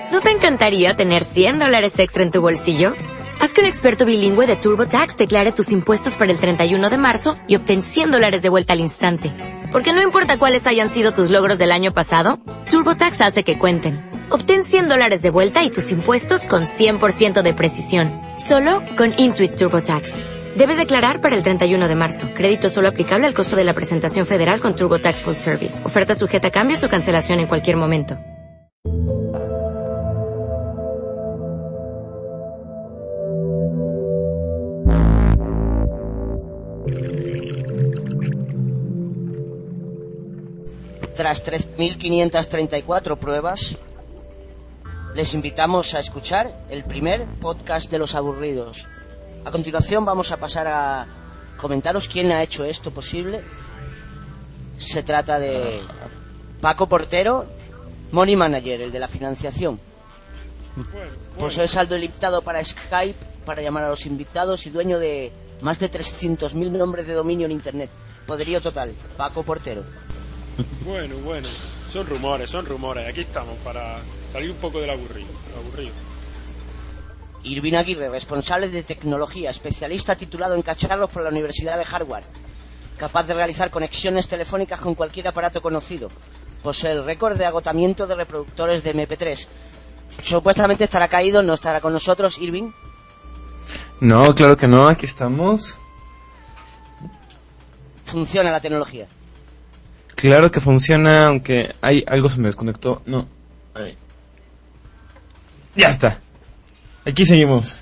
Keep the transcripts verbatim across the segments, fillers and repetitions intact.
¿No te encantaría tener cien dólares extra en tu bolsillo? Haz que un experto bilingüe de TurboTax declare tus impuestos para el treinta y uno de marzo y obtén cien dólares de vuelta al instante. Porque no importa cuáles hayan sido tus logros del año pasado, TurboTax hace que cuenten. Obtén cien dólares de vuelta y tus impuestos con cien por ciento de precisión. Solo con Intuit TurboTax. Debes declarar para el treinta y uno de marzo. Crédito solo aplicable al costo de la presentación federal con TurboTax Full Service. Oferta sujeta a cambios o cancelación en cualquier momento. Tras tres mil quinientas treinta y cuatro pruebas, les invitamos a escuchar el primer podcast de Los Aburridos. A continuación vamos a pasar a comentaros quién ha hecho esto posible. Se trata de Paco Portero, Money Manager, el de la financiación. Posee saldo ilimitado para Skype, para llamar a los invitados y dueño de más de trescientos mil nombres de dominio en Internet. Poderío total, Paco Portero. Bueno, bueno, son rumores, son rumores. Aquí estamos para salir un poco del aburrido, del aburrido. Irving Aguirre, responsable de tecnología, especialista titulado en cacharros por la Universidad de Harvard, capaz de realizar conexiones telefónicas con cualquier aparato conocido. Posee el récord de agotamiento de reproductores de eme pe tres. Supuestamente estará caído, no estará con nosotros, Irving. No, claro que no, aquí estamos. Funciona la tecnología. Claro que funciona, aunque hay algo se me desconectó. No. Ahí. Ya está. Aquí seguimos.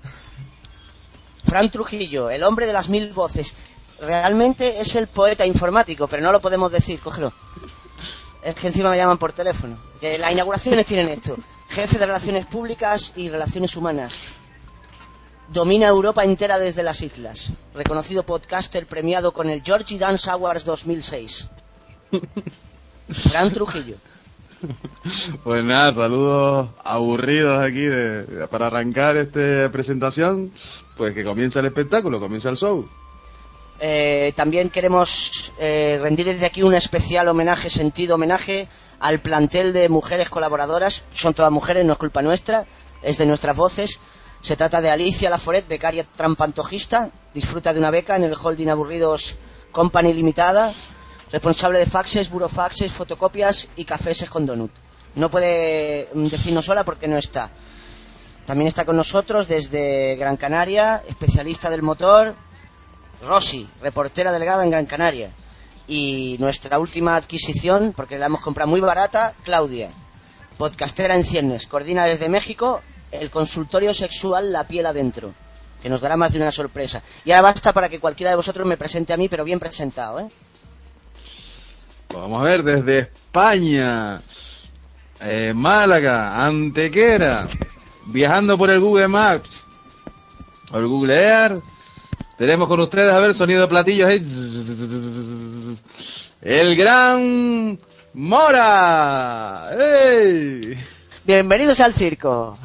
Fran Trujillo, el hombre de las mil voces. Realmente es el poeta informático, pero no lo podemos decir, cógelo. Es que encima me llaman por teléfono. Que las inauguraciones tienen esto. Jefe de Relaciones Públicas y Relaciones Humanas. Domina Europa entera desde las islas. Reconocido podcaster premiado con el Georgie Dance Awards dos mil seis. Fran Trujillo. Pues nada, saludos aburridos aquí de, de, para arrancar esta presentación. Pues que comienza el espectáculo, comienza el show. Eh, también queremos eh, rendir desde aquí un especial homenaje, sentido homenaje al plantel de mujeres colaboradoras. Son todas mujeres, no es culpa nuestra, es de nuestras voces. Se trata de Alicia Laforet, becaria trampantojista, disfruta de una beca en el Holding Aburridos Company Limitada, responsable de faxes, burofaxes, fotocopias y cafés con donut. No puede decirnos sola porque no está. También está con nosotros desde Gran Canaria, especialista del motor, Rosy, reportera delegada en Gran Canaria. Y nuestra última adquisición, porque la hemos comprado muy barata, Claudia, podcastera en ciernes, coordina desde México el consultorio sexual La Piel Adentro, que nos dará más de una sorpresa. Y ahora basta para que cualquiera de vosotros me presente a mí, pero bien presentado, ¿eh? Vamos a ver, desde España, eh, Málaga, Antequera, viajando por el Google Maps, o el Google Earth, tenemos con ustedes, a ver, sonido de platillos ahí, el gran Mora. ¡Hey! Bienvenidos al circo.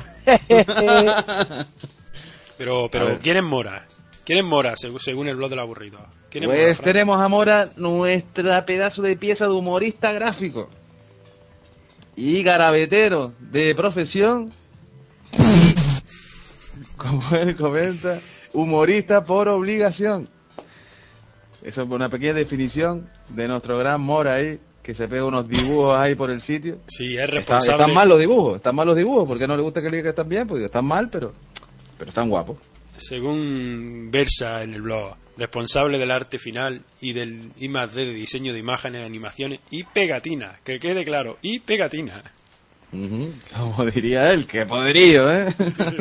Pero, pero ¿quién es Mora? ¿Quién es Mora, según, según el blog del aburrido? ¿Quién es Pues Mora, Fran? tenemos a Mora, nuestra pedazo de pieza de humorista gráfico y garabetero de profesión, como él comenta, humorista por obligación. Eso es una pequeña definición de nuestro gran Mora ahí, que se pega unos dibujos ahí por el sitio. Sí, es Está- responsable. Están mal los dibujos, están mal los dibujos, porque no le gusta que le diga que están bien, porque están mal, pero pero están guapos. Según versa en el blog, responsable del arte final y del I más D de diseño de imágenes, animaciones y pegatinas. Que quede claro, y pegatinas. Uh-huh. Como diría él, qué poderío, ¿eh?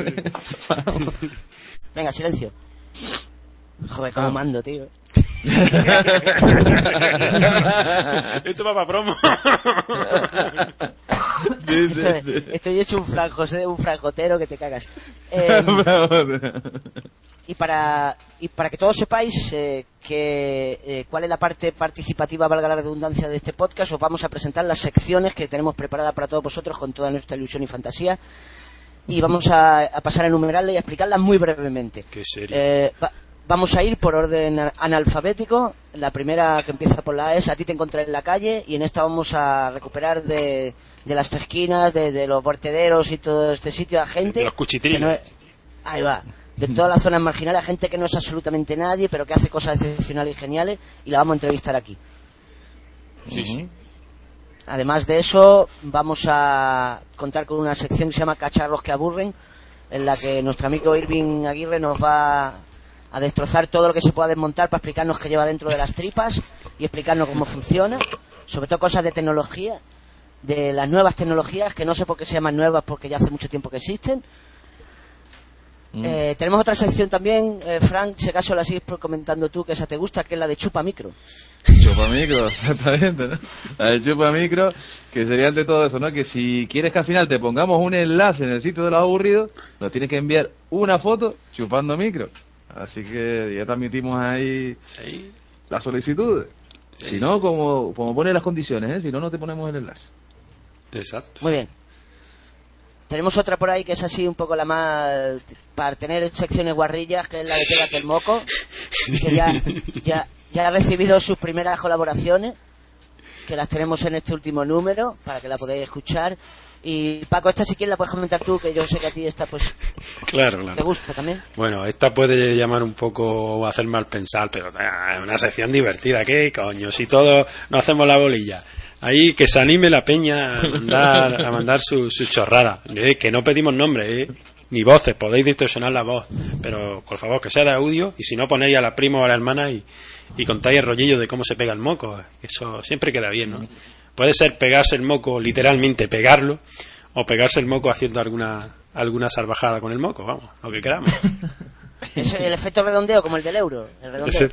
Venga, silencio. Joder, cómo Ah. mando, tío. Esto va para promo. Estoy, estoy hecho un fran, José, un franjotero que te cagas. Eh, y para y para que todos sepáis eh, que eh, cuál es la parte participativa, valga la redundancia, de este podcast, os vamos a presentar las secciones que tenemos preparadas para todos vosotros con toda nuestra ilusión y fantasía. Y vamos a, a pasar a enumerarlas y a explicarlas muy brevemente. Qué serio. Eh, va- vamos a ir por orden analfabético. La primera, que empieza por la A, es A ti te encontré en la calle, y en esta vamos a recuperar de, de las esquinas, de, de los vertederos y todo este sitio a gente... De los cuchitriles. No es, ahí va. De todas las zonas marginales, a gente que no es absolutamente nadie, pero que hace cosas excepcionales y geniales, y la vamos a entrevistar aquí. Sí, sí. Además de eso, vamos a contar con una sección que se llama Cacharros que aburren, en la que nuestro amigo Irving Aguirre nos va a destrozar todo lo que se pueda desmontar para explicarnos qué lleva dentro de las tripas y explicarnos cómo funciona, sobre todo cosas de tecnología, de las nuevas tecnologías, que no sé por qué se llaman nuevas, porque ya hace mucho tiempo que existen. Mm. Eh, tenemos otra sección también, eh, Frank, si acaso la sigues comentando tú, que esa te gusta, que es la de Chupa Micro. Chupa Micro, exactamente, ¿no? La de Chupa Micro, que sería ante todo eso, ¿no? Que si quieres que al final te pongamos un enlace en el sitio de los aburridos, nos tienes que enviar una foto chupando micro. Así que ya te admitimos ahí Sí. la solicitud. Sí. Si no, como, como pone las condiciones, ¿eh? Si no, no te ponemos el enlace. Exacto. Muy bien. Tenemos otra por ahí que es así un poco la más... para tener secciones guarrillas, que es la de Pégate el Moco, que ya, ya, ya ha recibido sus primeras colaboraciones, que las tenemos en este último número, para que la podáis escuchar. Y Paco, esta si quieres la puedes comentar tú, que yo sé que a ti esta pues Claro, claro. te gusta también. Bueno, esta puede llamar un poco o hacer mal pensar, pero ah, es una sección divertida. ¿Qué coño? Si todos no hacemos la bolilla. Ahí que se anime la peña a mandar, a mandar su, su chorrada. Eh, que no pedimos nombres, eh, ni voces, podéis distorsionar la voz. Pero, por favor, que sea de audio, y si no, ponéis a la prima o a la hermana y, y contáis el rollillo de cómo se pega el moco. Eso siempre queda bien, ¿no? Puede ser pegarse el moco, literalmente pegarlo, o pegarse el moco haciendo alguna alguna salvajada con el moco, vamos, lo que queramos. Es el efecto redondeo, como el del euro. El redondeo.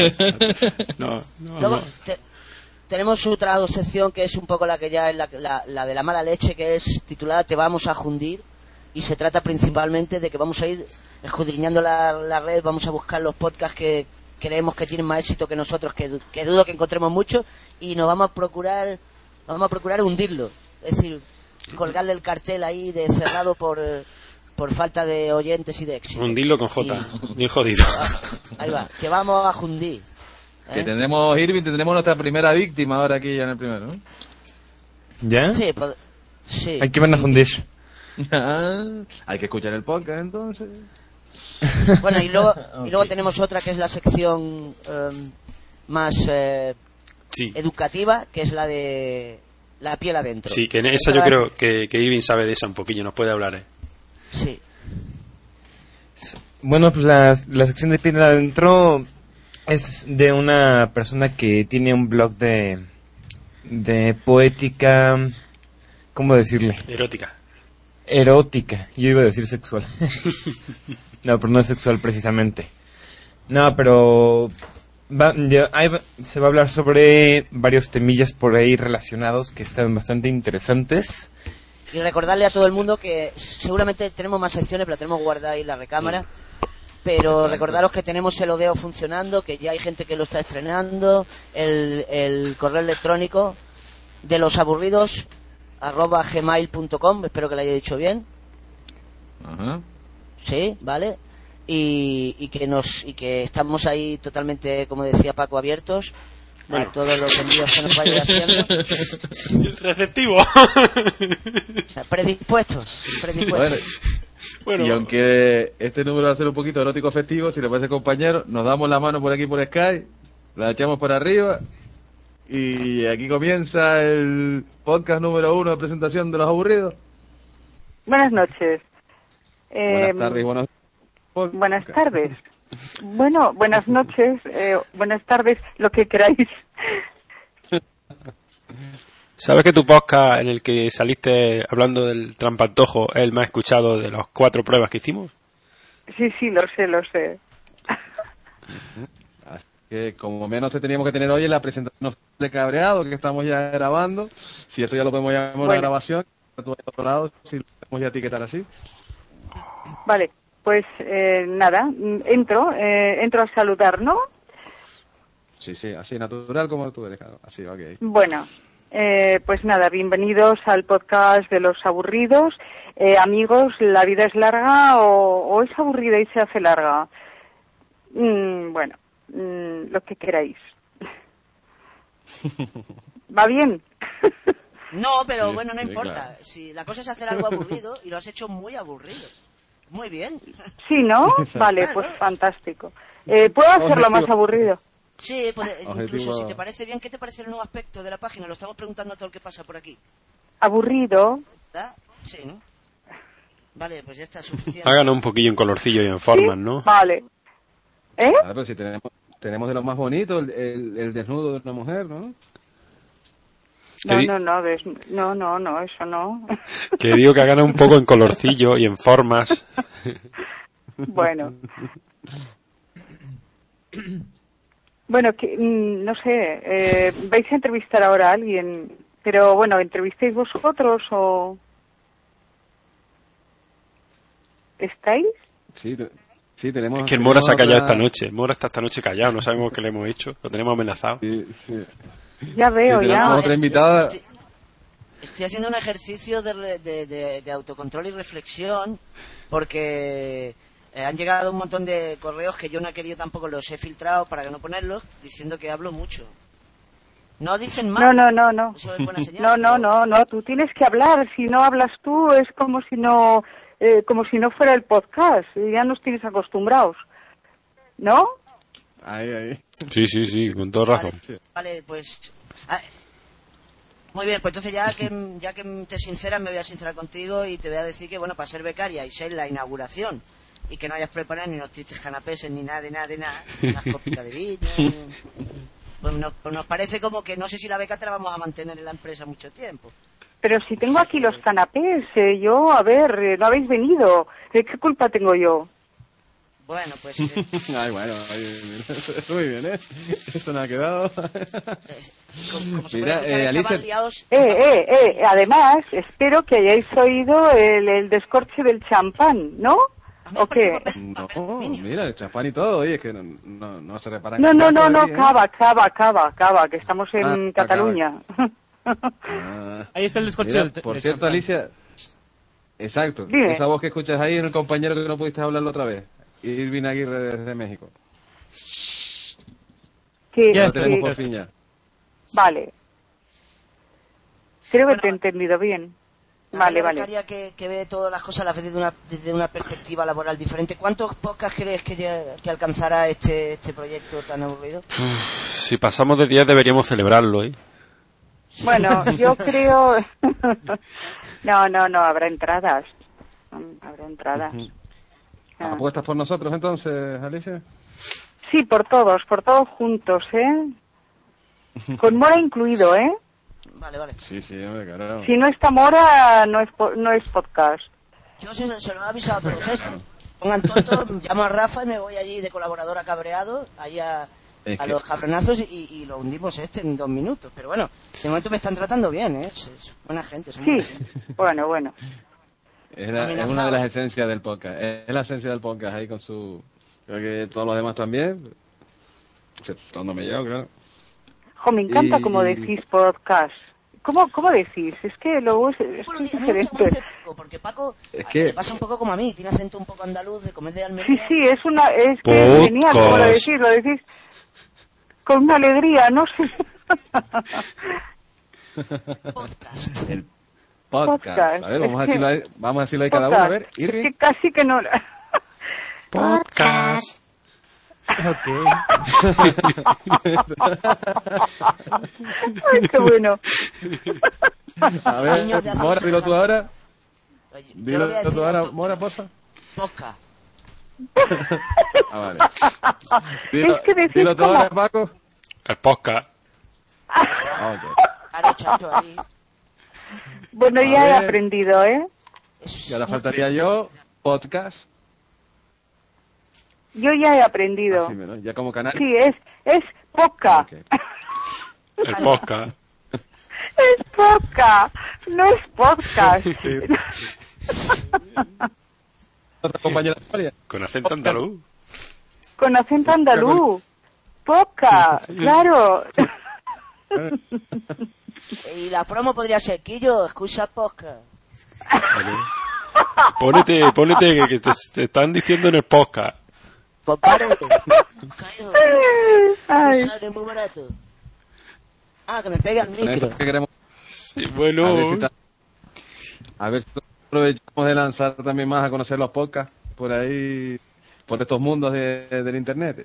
No, no, Luego, no. te, tenemos otra sección que es un poco la que ya es la, la, la de la mala leche, que es titulada Te vamos a jundir, y se trata principalmente de que vamos a ir escudriñando la, la red, vamos a buscar los podcasts que creemos que tienen más éxito que nosotros, que, que dudo que encontremos mucho, y nos vamos a procurar vamos a procurar hundirlo, es decir, colgarle el cartel ahí de cerrado por por falta de oyentes y de éxito. Hundirlo con J, Y- bien jodido. Ah, ahí va, que vamos a jundir. Que ¿eh? tendremos, Irving, tendremos nuestra primera víctima ahora aquí ya en el primero, ¿no? ¿Ya? Sí, pod- sí. Aquí van a fundir. Hay que escuchar el podcast entonces. Bueno, y luego, Ok. y luego tenemos otra que es la sección em, más eh, Sí, educativa, que es la de la piel adentro. sí, que en esa yo creo que, que Irving sabe de esa un poquillo, nos puede hablar, ¿eh? Sí. Bueno, pues la, la sección de piel adentro es de una persona que tiene un blog de, de poética, ¿cómo decirle? Erótica. Erótica. Yo iba a decir sexual. No, pero no es sexual precisamente. No, pero va, ya- ahí va- se va a hablar sobre varios temillas por ahí relacionados que están bastante interesantes. Y recordarle a todo el mundo que seguramente tenemos más secciones, pero la tenemos guardada ahí en la recámara. Pero recordaros que tenemos el Odeo funcionando, que ya hay gente que lo está estrenando, el, el correo electrónico de los aburridos arroba gmail punto com, espero que lo haya dicho bien. Ajá. Sí, vale. Y, y que nos y que estamos ahí totalmente, como decía Paco, abiertos Bueno. a todos los envíos que nos vaya haciendo. Receptivo. Predispuestos, Bueno, predispuestos. Bueno, y aunque este número va a ser un poquito erótico festivo, si le parece, compañero, nos damos la mano por aquí por Skype, la echamos por arriba, y aquí comienza el podcast número uno de presentación de los aburridos. Buenas noches. Eh, Buenas tardes, buenas buenas tardes. Bueno, buenas noches, eh, buenas tardes, lo que queráis. ¿sabes que tu podcast en el que saliste hablando del trampantojo es el más escuchado de las cuatro pruebas que hicimos? Sí, sí, lo sé, lo sé. Así que como menos que teníamos que tener hoy en la presentación de cabreado que estamos ya grabando, si esto ya lo podemos llamar una Bueno. grabación, a tu otro lado, si lo podemos ya etiquetar así. Vale, pues eh, nada, mm, entro, eh, entro a saludar, ¿no? Sí, sí, así natural como tú eres, claro. Así, ok. Bueno, eh, pues nada, bienvenidos al podcast de los aburridos. Eh, amigos, ¿la vida es larga o, o es aburrida y se hace larga? Mm, bueno, mm, lo que queráis. ¿Va bien? No, pero Sí, bueno, no sí, importa. claro. Si la cosa es hacer algo aburrido y lo has hecho muy aburrido. Muy bien. Sí, ¿no? Vale, pues fantástico. Eh, ¿Puedo hacerlo más aburrido? Sí, pues, Objetivo- incluso si te parece bien, ¿qué te parece el nuevo aspecto de la página? Lo estamos preguntando a todo el que pasa por aquí. Aburrido. ¿Verdad? Sí, ¿no? Vale, pues ya está suficiente. Háganos un poquillo en colorcillo y en formas, ¿Sí? ¿no? Vale. ¿Eh? Ah, pero si tenemos, tenemos de lo más bonito, el, el, el desnudo de una mujer, ¿no? ¿Qué No, di- no, no, des- no, no, no, eso no. Que digo que hagan un poco en colorcillo y en formas. Bueno. Bueno, que, mm, no sé, eh, vais a entrevistar ahora a alguien, pero bueno, ¿entrevistéis vosotros o estáis? Sí, te- sí tenemos... Es que el Mora se ha callado otra- esta noche. El Mora está esta noche callado, no sabemos qué le hemos hecho. Lo tenemos amenazado. Sí, sí. Ya veo, Sí, ya. tenemos otra es- invitada. Estoy, estoy haciendo un ejercicio de, re- de, de- de autocontrol y reflexión porque eh, han llegado un montón de correos que yo no he querido tampoco, los he filtrado para que no ponerlos, diciendo que hablo mucho. No dicen mal. No, no, no, no. Eso es buena señal. No, no, pero- no, no, tú tienes que hablar. Si no hablas tú es como si no, eh, como si no fuera el podcast. Ya nos tienes acostumbrados, ¿no? Ahí, ahí. Sí, sí, sí, con toda razón. Vale, pues... ah, muy bien, pues entonces ya que, ya que te sinceras, me voy a sincerar contigo y te voy a decir que, bueno, para ser becaria y ser la inauguración y que no hayas preparado ni unos tristes canapés ni nada de nada de nada, unas copitas de vino... Pues nos, pues nos parece como que no sé si la beca te la vamos a mantener en la empresa mucho tiempo. Pero si tengo aquí los canapés, eh, yo, a ver, eh, no habéis venido. Eh, ¿Qué culpa tengo yo? Bueno, pues... eh, Ay, bueno, ay, mira. Muy bien, ¿eh? Esto no ha quedado. eh, como, como se Mira, puede escuchar, eh, estaban Alicia- liados... Eh, eh, eh, además, espero que hayáis oído el, el descorche del champán, ¿no? A mí me ¿O qué? parece papel- papel No, aluminio. mira, el champán y todo, oye, es que no, no, no se reparan. No, no, no, casi, no, ¿eh? cava, cava, cava, cava, que estamos en Ah, ah, Cataluña. Ah. Ahí está el descorche Mira, del- por del cierto, champán. Alicia, exacto, Dime. esa voz que escuchas ahí es el compañero que no pudiste hablarlo otra vez, Irving Aguirre desde México. Que, Ya Lo está, tenemos que- por fin ya. vale. Creo que Bueno, te he entendido bien. La Vale, María vale. becaria que, que ve todas las cosas a la vez desde una, desde una perspectiva laboral diferente. ¿Cuántos podcasts crees que, ya- que alcanzará este, este proyecto tan aburrido? Si pasamos de diez deberíamos celebrarlo, ¿eh? Bueno, yo creo... no, no, no, habrá entradas. Mm, Habrá entradas. Ah. ¿Apuestas por nosotros entonces, Alicia? Sí, por todos, por todos juntos, ¿eh? Con Mora incluido, ¿eh? Vale, vale. Sí, sí, hombre, claro. Si no está Mora, no es, po- no es podcast. Yo se, se lo he avisado a todos esto. Pongan tontos, llamo a Rafa y me voy allí de colaboradora cabreado, allí a, Es a que- los cabronazos y, y lo hundimos este en dos minutos. Pero bueno, de momento me están tratando bien, ¿eh? Es, es buena gente. Son Sí, buena gente. bueno, bueno. Es, la- es una de las esencias del podcast. Es la esencia del podcast ahí con su... Creo que todos los demás también. Exceptuándome yo, claro. Jo, me encanta Y- como decís podcast. ¿Cómo, cómo decís? Es que luego es, es Bueno, muy a mí me gusta cómo diferente. dice Paco, porque Paco Es a- que- le pasa un poco como a mí, tiene acento un poco andaluz de comer de Sí, Almería. sí, es una, es que es genial como lo Podcast. decís, lo decís con una alegría, no sé. Podcast. El podcast. Podcast. A ver, vamos a Es que- decirlo ahí, vamos a decirlo ahí cada uno. A ver, Podcast. Es Irving. que casi que no... Podcast. Ay, qué bueno. A ver, Niños de Mora, azul dilo tú ahora. Oye, yo Dilo lo voy a tú decir ahora, auto- Mora, porfa. Podcast. Ah, vale. Dilo, Es que decís dilo tú como- ahora, Paco. El podcast. Ah, ok. Claro, chacho, ahí. Bueno, A ya he ver. aprendido, ¿eh? Es Y ahora muy- faltaría yo, podcast. Yo ya he aprendido. Así, ¿no? Ya como canal. Sí, es, es poca. Ok. El podcast. Es poca, no es podcast. Otra compañera de historia. Con acento andaluz. Con acento andaluz. Poca, claro. Y la promo podría ser Quillo, escucha podcast. Vale. Pónete, pónete que, que te, te están diciendo en el podcast. Pues párate. Caído. Ay. Sale muy barato. Ah, que me pega el micro. ¿Qué queremos? Sí, A ver bueno. si ta- a ver si aprovechamos de lanzar también más a conocer los podcasts por ahí, por estos mundos de, del internet.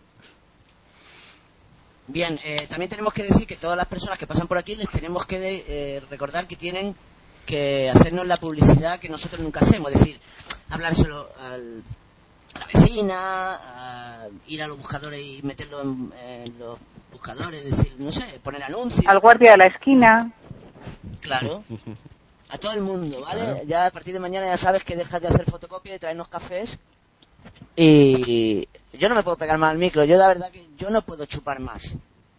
Bien, eh, también tenemos que decir que todas las personas que pasan por aquí les tenemos que de- eh, recordar que tienen que hacernos la publicidad que nosotros nunca hacemos, es decir, hablárselo al, a la vecina, a ir a los buscadores y meterlo en, en los buscadores, es decir, no sé, poner anuncios. Al guardia de la esquina. Claro. A todo el mundo, ¿vale? Ya a partir de mañana ya sabes que dejas de hacer fotocopia y traernos cafés. Y yo no me puedo pegar más al micro, yo la verdad que yo no puedo chupar más.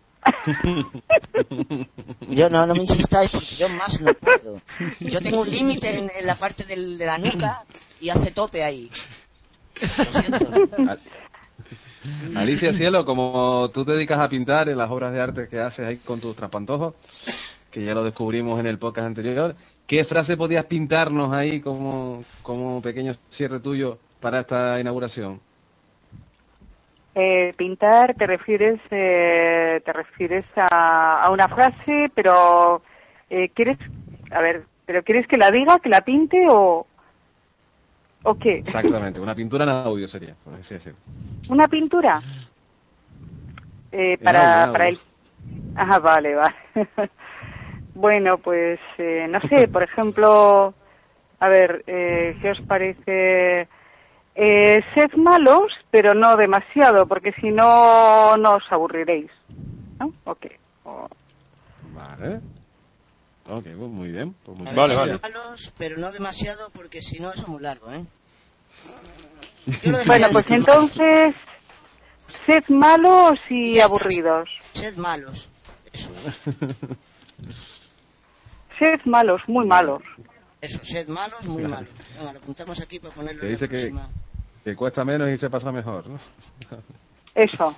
Yo no, no me insistáis porque yo más no puedo. Yo tengo un límite en, en la parte del, de la nuca y hace tope ahí. Lo siento. Alicia Cielo, como tú te dedicas a pintar en las obras de arte que haces ahí con tus traspantojos, que ya lo descubrimos en el podcast anterior, ¿qué frase podías pintarnos ahí como, como pequeño cierre tuyo para esta inauguración? Eh, pintar, te refieres, eh, te refieres a, a una frase, pero eh, quieres, a ver, pero quieres que la diga, que la pinte o, o qué? Exactamente, una pintura en audio sería, por así decirlo. Una pintura. Eh, En para, audio, para en el. Ah, vale, vale. Bueno, pues eh, no sé, por ejemplo, a ver, eh, ¿qué os parece? Eh, sed malos, pero no demasiado, porque si no, no os aburriréis, ¿no? Ok. O- Vale. Ok, pues muy bien. Pues muchas Vale, Ser vale. malos, pero no demasiado porque si no eso es muy largo, ¿eh? Yo lo dejaría Bueno, en pues este- entonces, sed malos y Ya está. aburridos. Sed malos. Eso, Sed malos, muy malos. eso, sed malos, muy malos. Venga, lo apuntamos aquí para ponerlo Que en la dice que, próxima. que cuesta menos y se pasa mejor, ¿no? Eso.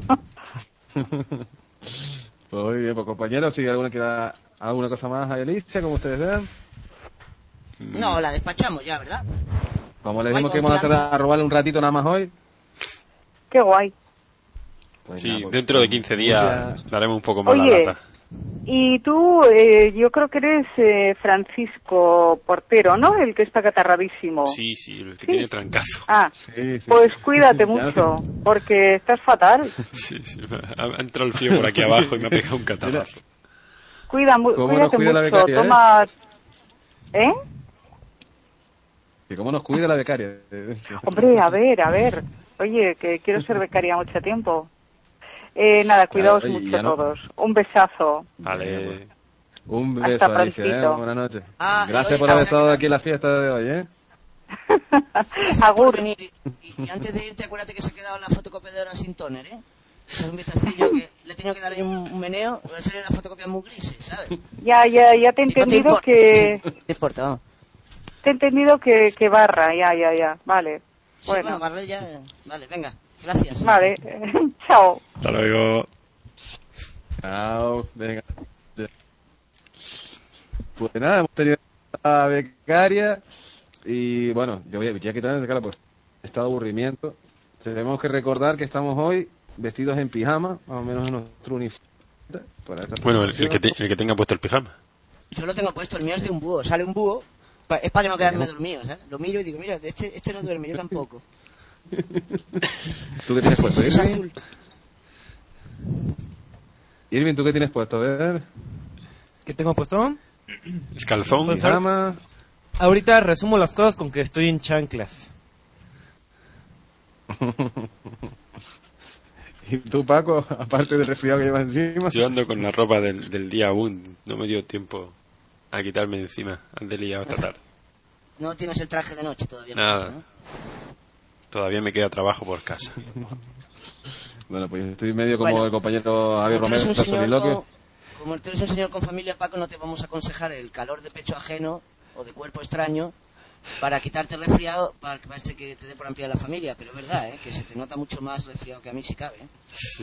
Pues muy bien, pues compañeros, si alguno quiera alguna cosa más a Alicia, como ustedes vean. No, la despachamos ya, ¿verdad? Como les Guay, dijimos que íbamos a, hacer confianza. a robarle un ratito nada más hoy. Qué guay. Pues Sí, nada, pues, dentro de quince días ya- daremos un poco más Oye, la lata. y tú, eh, yo creo que eres eh, Francisco Portero, ¿no? El que está catarradísimo. Sí, sí, el que Sí. tiene trancazo. Ah, Sí, sí. pues cuídate Ya mucho, porque estás fatal. Sí, sí, ha ha entrado el frío por aquí abajo y me ha pegado un catarrazo. Cuida, mu- ¿Cómo nos cuídate cuida la mucho, becaria, eh? toma... ¿Eh? ¿Y cómo nos cuida la becaria? Hombre, a ver, a ver. Oye, que quiero ser becaria mucho tiempo. Eh, nada, cuidaos Claro, y mucho ya no- todos. Un besazo. Vale. Un Hasta beso, Alicia, ¿eh? prontito. Buenas noches. Ah, Gracias oye, por o haber sea que- estado aquí en la fiesta de hoy, ¿eh? Gracias por Agur. venir. Y, y antes de irte, acuérdate que se ha quedado la fotocopiadora sin toner, ¿eh? Echas un vistacillo que le he tenido que dar ahí un, un meneo, va a salir la fotocopia muy grises, ¿sabes? Ya, ya, ya te he Si no te entendido importa, que... sí, no te importa, vamos. Te he entendido que, que barra, ya, ya, ya. Vale. Sí, bueno, Bueno, Barrel ya... Vale, venga, gracias. vale. Chao. Hasta luego. Chao, venga. Pues nada, hemos tenido a becaria y bueno, yo voy a, ya quitar de cara pues estado de aburrimiento. Tenemos que recordar que estamos hoy vestidos en pijama, más o menos en nuestro uniforme. para esta Bueno, el, el que presentación. te- el que tenga puesto el pijama. Yo lo tengo puesto, el mío es de un búho, sale un búho, pa- es para no quedarme dormido, ¿sabes? Lo miro y digo, mira, este, este no duerme, yo tampoco. ¿Tú qué tienes puesto, Es Irving? azul. Irving, ¿tú qué tienes puesto? A ver, ¿Qué tengo puesto? El calzón. Pues, pijama. Ahorita resumo las cosas con que estoy en chanclas. ¿Y tú, Paco, aparte del resfriado que llevas encima? Yo ando con la ropa del, del día aún. No me dio tiempo a quitarme de encima. Ande liado esta tarde. No tienes el traje de noche todavía. Nada. ¿no? Todavía me queda trabajo por casa. Bueno, pues estoy medio como Bueno, el compañero Javier Como tú eres Romero, un señor soliloquio. con, como tú eres un señor con familia, Paco, no te vamos a aconsejar el calor de pecho ajeno o de cuerpo extraño para quitarte resfriado, para que parece que te dé por ampliar la familia. Pero es verdad, ¿eh? Que se te nota mucho más resfriado que a mí si cabe, ¿eh?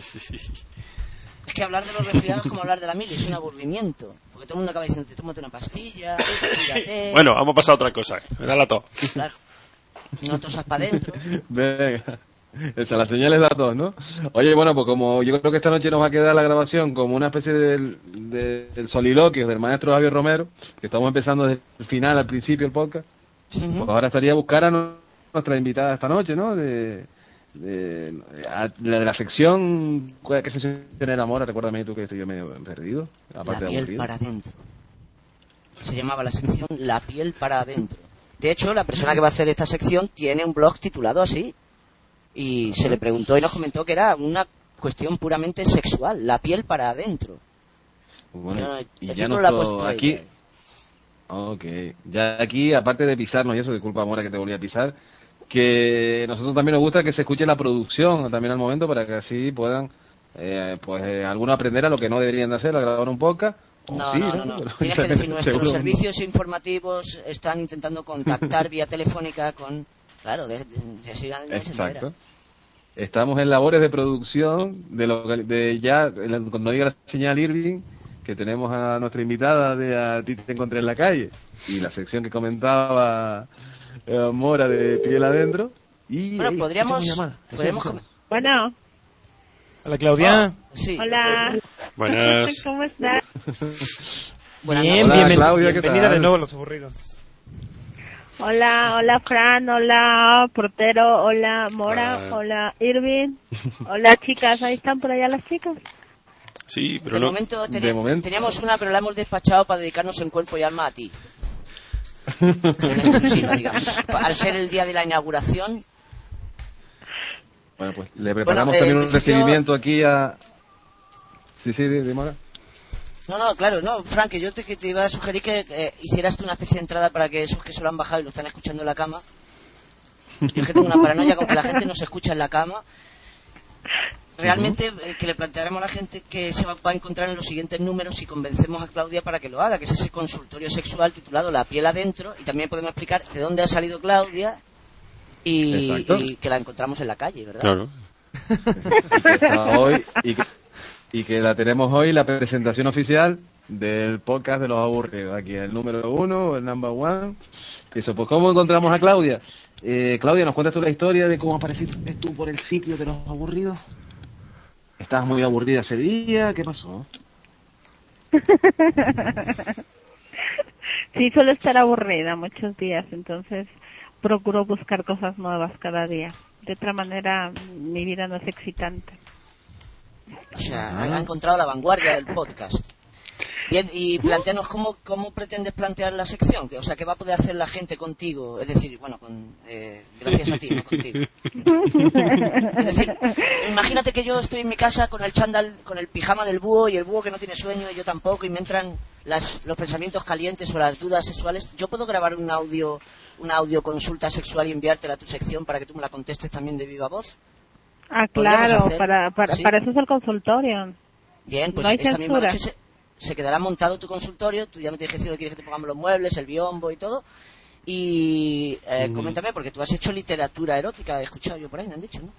Es que hablar de los resfriados es como hablar de la mili, es un aburrimiento. Porque todo el mundo acaba diciendo, te tómate una pastilla, cuídate. Bueno, vamos a pasar a otra cosa. Me da la tos. Claro. No tosas para adentro. Venga. Esa, las señales da dos, ¿no? Oye, bueno, pues como yo creo que esta noche nos va a quedar la grabación como una especie del, de, del soliloquio del maestro Javier Romero, que estamos empezando desde el final al principio el podcast, uh-huh. Pues ahora estaría a buscar a no, nuestra invitada esta noche, ¿no? De, de, a, la de la sección, ¿qué sección era, Mora? Recuérdame tú que estoy yo medio perdido. Aparte la piel de para adentro. Se llamaba la sección La piel para adentro. De hecho, la persona que va a hacer esta sección tiene un blog titulado así. Y se le preguntó y nos comentó que era una cuestión puramente sexual, la piel para adentro. Bueno, no, y ya no la puesto aquí. Ahí. Ok, ya aquí, aparte de pisarnos, y eso, disculpa, Mora, que te volví a pisar, que nosotros también nos gusta que se escuche la producción también al momento para que así puedan, eh, pues, eh, algunos aprender a lo que no deberían de hacer, a grabar un podcast. No, sí, no, no, no, no. Tienes que decir, nuestros servicios informativos están intentando contactar vía telefónica con... Claro, de, de, de, de, de exacto. Estamos en labores de producción de, lo, de ya, cuando diga la señal Irving, que tenemos a nuestra invitada de A ti te encontré en la calle, y la sección que comentaba eh, Mora de Piel Adentro. Y, bueno, podríamos... podríamos com- bueno. Hola, Claudia. Oh, sí. Hola. Buenas. ¿Cómo estás? Bien, Hola, bienven- Claudia, bienvenida de nuevo a Los Aburridos. Hola, hola Fran, hola Portero, hola Mora, Hola, hola Irving, hola chicas, ahí están por allá las chicas. Sí, pero de, no... momento teni- de momento teníamos una, pero la hemos despachado para dedicarnos en cuerpo y alma a ti. En exclusiva, digamos. Al ser el día de la inauguración. Bueno, pues le preparamos bueno, eh, también un principio... recibimiento aquí a... Sí, sí, de, de Mora. No, no, claro, no, Frank, que yo te, que te iba a sugerir que eh, hicieras tú una especie de entrada para que esos que se lo han bajado y lo están escuchando en la cama. Yo es que tengo una paranoia con que la gente no se escucha en la cama. Realmente eh, que le planteáramos a la gente que se va, va a encontrar en los siguientes números si convencemos a Claudia para que lo haga, que es ese consultorio sexual titulado La piel adentro, y también podemos explicar de dónde ha salido Claudia y, y que la encontramos en la calle, ¿verdad? Claro. Y que está hoy y que, y que la tenemos hoy, la presentación oficial del podcast de Los Aburridos, aquí el número uno, el number one. Eso, pues ¿cómo encontramos a Claudia? Eh, Claudia, ¿nos cuentas tú la historia de cómo apareciste tú por el sitio de Los Aburridos? ¿Estabas muy aburrida ese día? ¿Qué pasó? Sí, suelo estar aburrida muchos días, entonces procuro buscar cosas nuevas cada día. De otra manera, mi vida no es excitante. O sea, ha encontrado la vanguardia del podcast. Bien, y planteanos cómo, cómo pretendes plantear la sección, o sea, qué va a poder hacer la gente contigo, es decir, bueno, con, eh, gracias a ti, no contigo. Es decir, imagínate que yo estoy en mi casa con el chándal, con el pijama del búho y el búho que no tiene sueño y yo tampoco, y me entran las, los pensamientos calientes o las dudas sexuales. ¿Yo puedo grabar un audio, una audio consulta sexual y enviártela a tu sección para que tú me la contestes también de viva voz? Ah, claro, para, para, ¿sí? para eso es el consultorio. Bien, pues no hay esta censura. misma noche se, se quedará montado tu consultorio. Tú ya me tienes que decir que quieres que te pongamos los muebles, el biombo y todo. Y eh, mm. coméntame, porque tú has hecho literatura erótica, he escuchado yo por ahí, me han dicho, ¿no?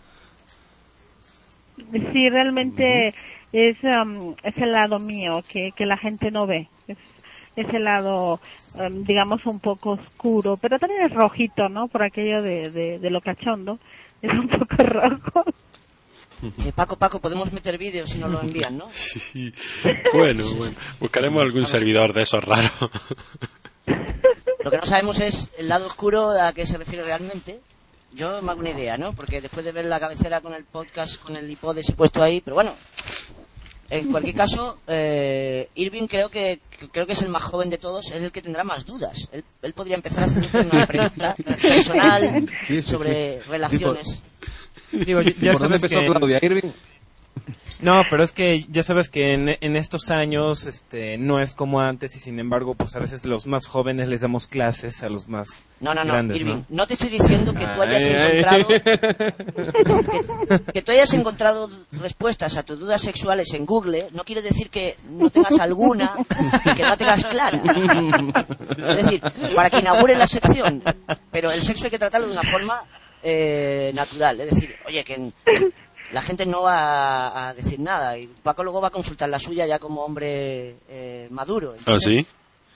Sí, realmente mm. es, um, es el lado mío que, que la gente no ve. Es, es el lado, um, digamos, un poco oscuro, pero también es rojito, ¿no? Por aquello de, de, de lo cachondo. Es un poco rojo. Eh, Paco, Paco, podemos meter vídeos si nos lo envían, ¿no? Sí. Bueno, bueno. Buscaremos algún Vamos. servidor de esos raros. Lo que no sabemos es el lado oscuro a qué se refiere realmente. Yo me hago una idea, ¿no? Porque después de ver la cabecera con el podcast, con el iPod ese puesto ahí, pero bueno. En cualquier caso, eh, Irving creo que creo que es el más joven de todos, es el que tendrá más dudas. Él, él podría empezar a hacer una pregunta personal sí, sí, sobre sí. relaciones. Digo, ya ¿Por dónde sabes empezó que... Claudia, Irving? No, pero es que ya sabes que en, en estos años este, no es como antes y sin embargo, pues a veces los más jóvenes les damos clases a los más no, no, no, grandes, Irving, ¿no? No te estoy diciendo que tú hayas ay, encontrado ay. Que, que tú hayas encontrado respuestas a tus dudas sexuales en Google, no quiere decir que no tengas alguna y que no tengas clara. Es decir, para que inaugure la sección, pero el sexo hay que tratarlo de una forma eh, natural, es decir, oye, que la gente no va a decir nada y Paco luego va a consultar la suya ya como hombre eh, maduro. ¿Ah, sí?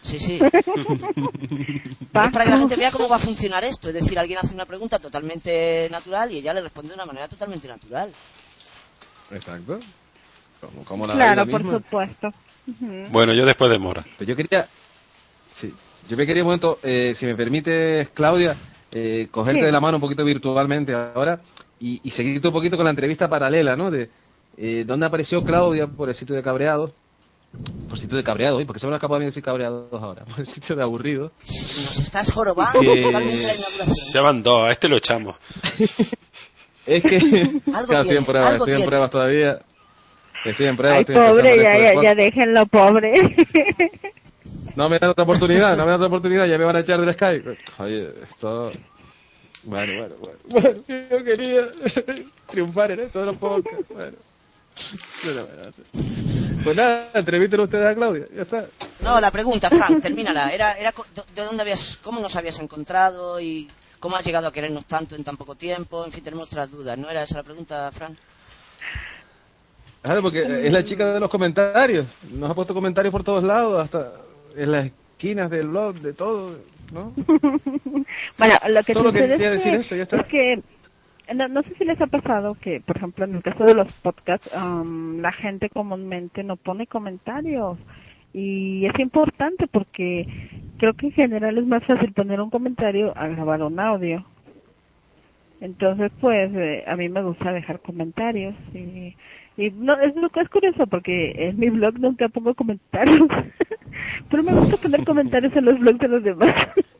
Sí, sí. Es para que la gente vea cómo va a funcionar esto. Es decir, alguien hace una pregunta totalmente natural y ella le responde de una manera totalmente natural. Exacto. Como, como la Claro, vida por misma. supuesto. Ujú. Bueno, yo después de Mora. Pero yo quería... Sí, yo me quería un momento, eh, si me permites, Claudia, eh, cogerte Sí. de la mano un poquito virtualmente ahora y, y seguirte un poquito con la entrevista paralela, ¿no? De eh, dónde apareció Claudia por el sitio de Cabreados. Por el sitio de Cabreados, ¿eh? Porque se me ha acabado de decir Cabreados ahora. Por el sitio de Aburridos. Nos estás jorobando Que- totalmente la inauguración. Se van dos, a este lo echamos. Es que... Algo claro, estoy tiene, en pruebas, algo estoy en tiene. pruebas todavía. Estoy en pruebas. Ay, estoy en pobre, pruebas, ya, manejo ya, del ya podcast. déjenlo, pobre. No me dan otra oportunidad, no me dan otra oportunidad, ya me van a echar del Skype. Oye, esto... Bueno, bueno, bueno. Bueno, yo quería triunfar en esto de los podcasts. Bueno. Bueno, bueno. Pues nada, entrevísten ustedes a Claudia, ya está. No, la pregunta, Frank, termínala. Era, era co- ¿de dónde habías, cómo nos habías encontrado y cómo has llegado a querernos tanto en tan poco tiempo? En fin, tenemos otras dudas. ¿No era esa la pregunta, Frank? Claro, porque es la chica de los comentarios. Nos ha puesto comentarios por todos lados, hasta en las esquinas del blog, de todo, ¿no? Bueno, lo que Solo sucede quería es decir que, eso, ya está. es que no, no sé si les ha pasado que, por ejemplo, en el caso de los podcasts, um, la gente comúnmente no pone comentarios. Y es importante porque creo que en general es más fácil poner un comentario a grabar un audio. Entonces, pues, eh, a mí me gusta dejar comentarios y, y no, es lo que es curioso porque en mi blog nunca pongo comentarios, pero me gusta poner comentarios en los blogs de los demás.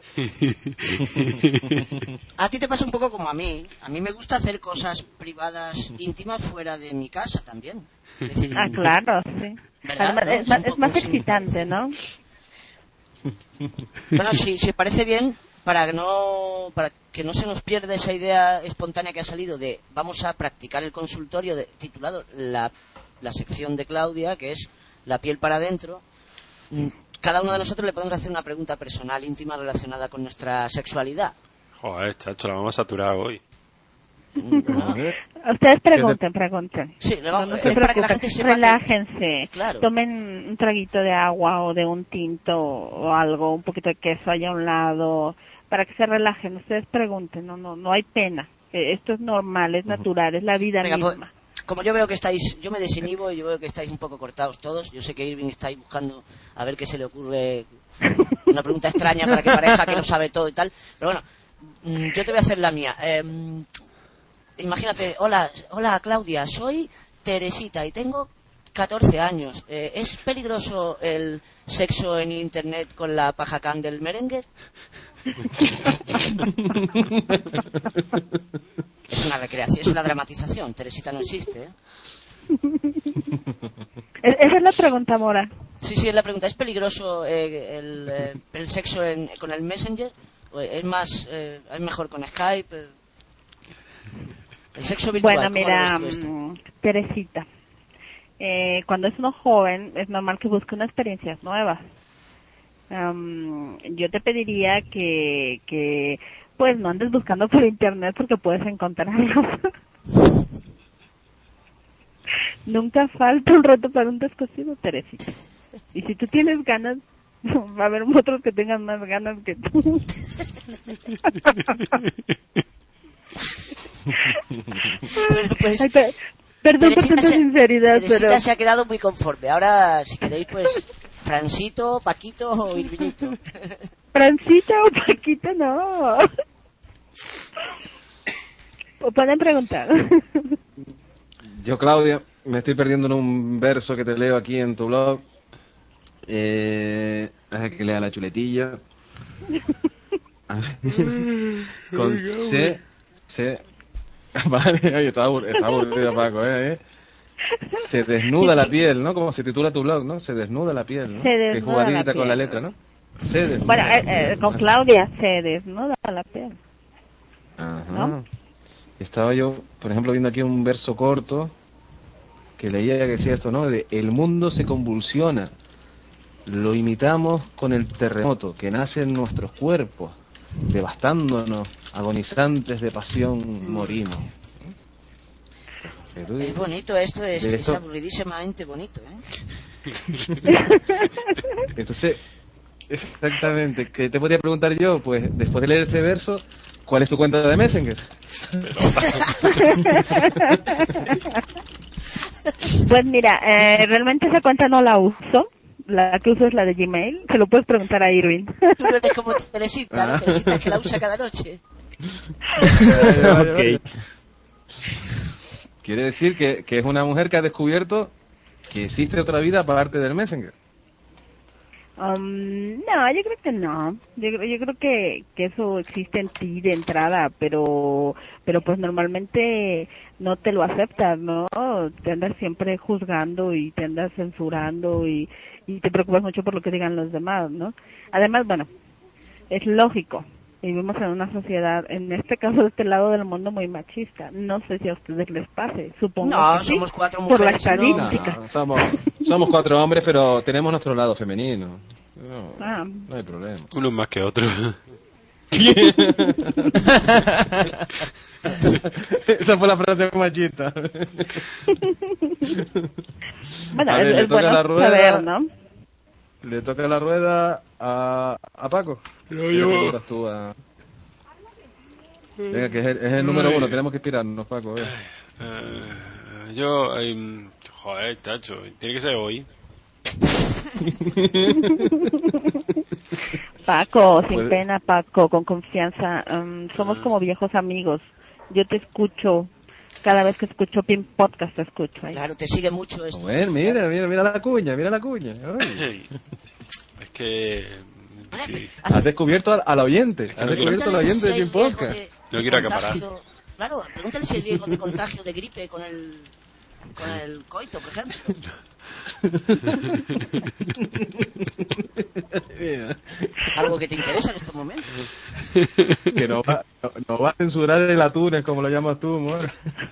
A ti te pasa un poco como a mí. A mí me gusta hacer cosas privadas, íntimas, fuera de mi casa también. Es decir, Ah, claro, sí. ¿verdad? Además, ¿No? es, Es más, un es poco más así. excitante, ¿no? Bueno, si, si os parece bien, para que no para que no se nos pierda esa idea espontánea que ha salido de vamos a practicar el consultorio de, titulado la, la sección de Claudia, que es la piel para adentro. mm, Cada uno de nosotros le podemos hacer una pregunta personal, íntima, relacionada con nuestra sexualidad. Joder, chacho, la vamos a saturar hoy. A ver. Ustedes pregunten, pregunten. Sí, le No, vamos, no es se para que la preocupen, gente sepa que- relájense, Claro. tomen un traguito de agua o de un tinto o algo, un poquito de queso allá a un lado, para que se relajen. Ustedes pregunten, no, no, no hay pena. Eh, Esto es normal, es natural, es la vida Venga, pues, misma. como yo veo que estáis, yo me desinhibo y yo veo que estáis un poco cortados todos. Yo sé que Irving está ahí buscando a ver qué se le ocurre, una pregunta extraña para que parezca que lo sabe todo y tal. Pero bueno, mm, yo te voy a hacer la mía. Eh, imagínate, hola, hola Claudia, soy Teresita y tengo catorce años. Eh, ¿Es peligroso el sexo en internet con la paja can del merengue? Es una recreación, es una dramatización. Teresita no existe, ¿eh? Es- Esa es la pregunta, Mora. Sí, sí, es la pregunta. ¿Es peligroso eh, el, eh, el sexo en- con el Messenger? ¿O es más, eh, es mejor con Skype? Eh, el sexo virtual. Bueno, ¿cómo lo mira, ves tú esto? mm, Teresita, eh, cuando es uno joven es normal que busque unas experiencias nuevas. Am, yo te pediría que, que, pues, no andes buscando por internet porque puedes encontrar algo. Nunca falta un rato para un descosido, Teresita. Y si tú tienes ganas, va a haber otros que tengan más ganas que tú. Bueno, pues, Ay, per- perdón por Teresita tanta se- sinceridad, Teresita pero... se ha quedado muy conforme. Ahora, si queréis, pues, Francito, Paquito o Irvinito. Francita o Paquita, no. O pueden preguntar. Yo, Claudia, me estoy perdiendo en un verso que te leo aquí en tu blog. Eh, deja que lea la chuletilla. A ver. Con C, C. Vale, oye, está aburrido, está aburrido Paco, ¿eh? Se desnuda la piel, ¿no? Como se titula tu blog, ¿no? Se desnuda la piel, ¿no? Se Qué desnuda jugadita la con la piel. letra, ¿no? Se desnuda. Bueno, eh, eh, con Claudia se desnuda la piel. Ajá. ¿no? Estaba yo, por ejemplo, viendo aquí un verso corto que leía que decía esto, ¿no? De el mundo se convulsiona, lo imitamos con el terremoto que nace en nuestros cuerpos, devastándonos, agonizantes de pasión morimos. Es bonito esto, es, De es esto- aburridísimamente bonito, ¿eh? Entonces, Exactamente. ¿Qué te podría preguntar yo? Pues después de leer ese verso, ¿cuál es tu cuenta de Messenger? Pues mira, eh, realmente esa cuenta no la uso. La que uso es la de Gmail. Se lo puedes preguntar a Irwin. Tú no eres como Teresita, ¿no? Teresita es que la usa cada noche. Ok. Quiere decir que, que es una mujer que ha descubierto que existe otra vida aparte del Messenger. Um, no, yo creo que no. Yo, creo- yo creo que, que eso existe en ti de entrada, pero pero pues normalmente no te lo aceptas, ¿no? Te andas siempre juzgando y te andas censurando y, y te preocupas mucho por lo que digan los demás, ¿no? Además, bueno, es lógico. Vivimos en una sociedad, en este caso de este lado del mundo, muy machista. No sé si a ustedes les pase, supongo No, que sí, somos cuatro por la mujeres y no- estadística. No, somos, somos cuatro hombres, pero tenemos nuestro lado femenino. No, Ah. no hay problema. Unos más que otros. Esa fue la frase machista. Bueno, A ver, es, le es toca bueno la rueda. saber, ¿no? Le toca la rueda a, a Paco. Lo ¿Qué le llevo. preguntas tú a- Venga, que es el, es el número uno, tenemos que inspirarnos, Paco. eh. Eh, yo, eh, joder, tacho, tiene que ser hoy. Paco, sin Puede- pena, Paco, con confianza. um, somos como viejos amigos. Yo te escucho. Cada vez que escucho Pin Podcast te escucho. ¿eh? Claro, te sigue mucho esto. Bueno, mira, mira, mira la cuña, mira la cuña. Ay. Es que... sí. Has descubierto al, al oyente. Has no quiero- descubierto al oyente de Pin Podcast. No quiero acaparar. Claro, pregúntale si hay riesgo de contagio de gripe con el con el coito, por ejemplo. Mira, Algo que te interesa en estos momentos. que no va, no, no va a censurar el atún, como lo llamas tú, amor.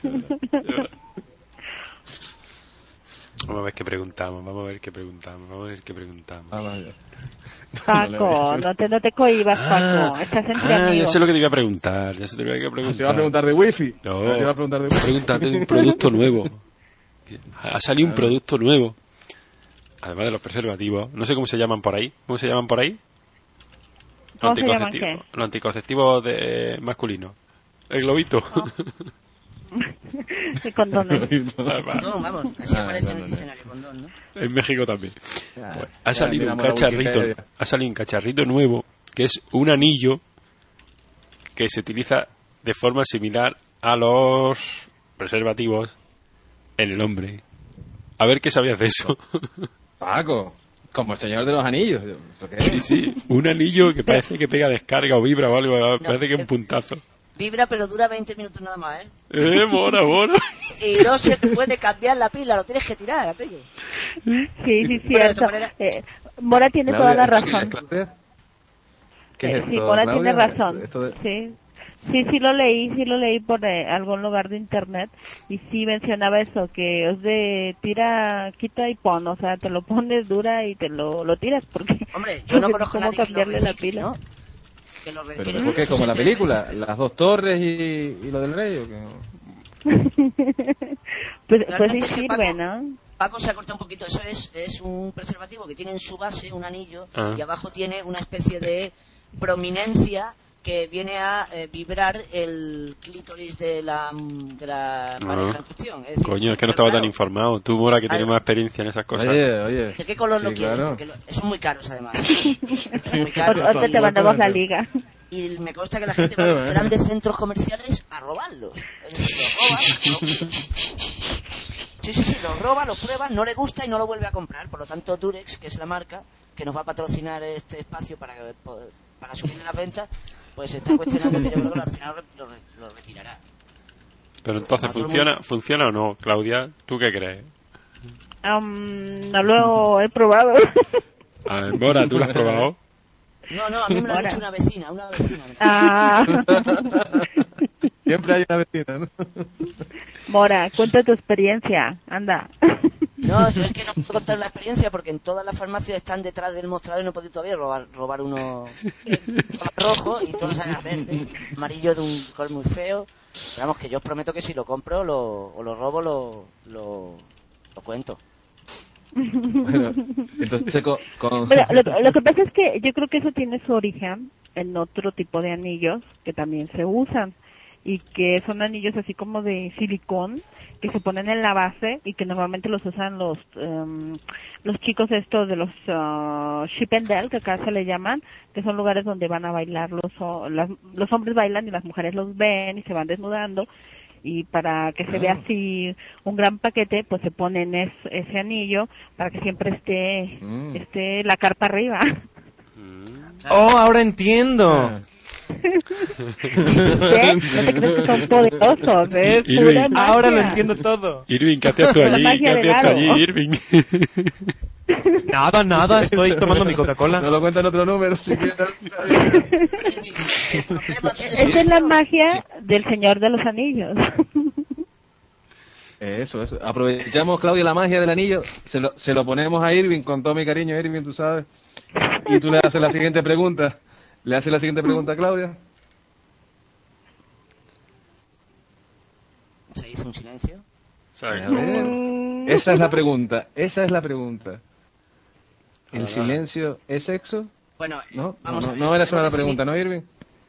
Vamos a ver qué preguntamos, vamos a ver qué preguntamos, vamos a ver qué preguntamos. Ah, vaya. Paco, no te, no te cohibas, Paco. Estás entre Ah, ya amigos. sé lo que te iba a preguntar, ya sé lo que te iba a Te preguntar. va a preguntar de wifi. No, Te va a preguntar de wifi. pregúntate de un producto nuevo. Ha salido un producto nuevo. Además de los preservativos. No sé cómo se llaman por ahí. ¿Cómo se llaman por ahí? Los ¿Cómo se llaman anticonceptivos. Los anticonceptivos de masculinos. El globito. De condones. Condón, vamos, así Ah, aparece en no, el no. diccionario, condón, ¿no? En México también. Ah, Pues, ya, ha salido un miramos la cacharrito. Wikipedia. Ha salido un cacharrito nuevo que es un anillo que se utiliza de forma similar a los preservativos en el hombre. A ver qué sabías de eso. Paco, como el señor de los anillos. ¿Eso qué es? Sí, sí. Un anillo que parece que pega descarga o vibra o algo. Parece que es eh, un puntazo. Vibra, pero dura veinte minutos nada más, ¿eh? Eh, mora, mora. Y no se te puede cambiar la pila, lo tienes que tirar, aquello. Sí, sí, Bueno, de cierto. todas maneras- Eh, Mora tiene Claudia, toda la razón. ¿Claudia? ¿Qué Eh, es sí, esto, Mora Claudia? tiene razón. Esto de- Sí. Sí, sí lo leí, sí lo leí por eh, algún lugar de internet y sí mencionaba eso, que es de tira, quita y pon, o sea, te lo pones dura y te lo, lo tiras porque... Hombre, yo no porque conozco a cómo nadie que lo cambiarle la recicle, pila. ¿no? Que lo Pero requiere. ¿por qué? Como la película, las dos torres y, y lo del rey. ¿O qué? Pues, pues sí Realmente es que sirve, Paco- ¿no? Paco se ha cortado un poquito. Eso es, es un preservativo que tiene en su base un anillo Ah. y abajo tiene una especie de prominencia que viene a eh, vibrar el clítoris de la, de la pareja en cuestión. Es decir, Coño, es que no pero estaba tan claro, informado. Tú, Mora, que tienes Al- más experiencia en esas cosas. Oye, oye. ¿De qué color lo Sí, quieres? claro. Porque lo- son muy caros además. Son muy caros. Ahorita te y- mandamos la liga. Y me consta que la gente va a los grandes centros comerciales a robarlos. Es decir, los roban, lo- Sí, sí, sí, los roba, los prueba, no le gusta y no lo vuelve a comprar. Por lo tanto, Durex, que es la marca que nos va a patrocinar este espacio para, para subir las ventas, pues está cuestionando que yo creo que al final lo, lo retirará. Pero entonces, Ah, todo el ¿funciona, mundo- ¿funciona o no, Claudia? ¿Tú qué crees? Um, no lo he probado. A ver, Mora, ¿tú lo has probado? No, no, a mí me lo ha Ahora. dicho una vecina, una vecina. Ah. Siempre hay una vecina, ¿no? Mora, cuenta tu experiencia, anda. No, yo es que no puedo contar la experiencia porque en todas las farmacias están detrás del mostrador y no he podido todavía robar, robar uno rojo y todos salen verdes, amarillo de un color muy feo. Pero vamos, que yo os prometo que si lo compro lo, o lo robo, lo, lo, lo cuento. Bueno, entonces con... con... Bueno, lo, lo que pasa es que yo creo que eso tiene su origen en otro tipo de anillos que también se usan y que son anillos así como de silicón que se ponen en la base y que normalmente los usan los um, los chicos estos de los uh, Chip and Dale, que acá se le llaman, que son lugares donde van a bailar los, las, los hombres bailan y las mujeres los ven y se van desnudando, y para que se vea así un gran paquete pues se ponen es, ese anillo para que siempre esté mm. esté la carpa arriba. Oh, ahora entiendo. ¿Sí? No te crees que son poderosos, ¿eh? Irving, ahora lo entiendo todo. Irving, ¿qué hacías tú allí? ¿Qué hacías tú allí, Irving? Nada, nada, estoy tomando mi Coca-Cola. No lo cuentan otro número. Si Esa es la magia del Señor de los Anillos. Eso, eso. Aprovechamos, Claudia, la magia del anillo, se lo, se lo ponemos a Irving con todo mi cariño, Irving, tú sabes. Y tú le haces la siguiente pregunta. ¿Le haces la siguiente pregunta a Claudia? Se hizo un silencio. A ver. Esa es la pregunta, esa es la pregunta. ¿El ah, silencio es sexo? Bueno, no, vamos no, a no, no era esa la pregunta, ¿no, Irving?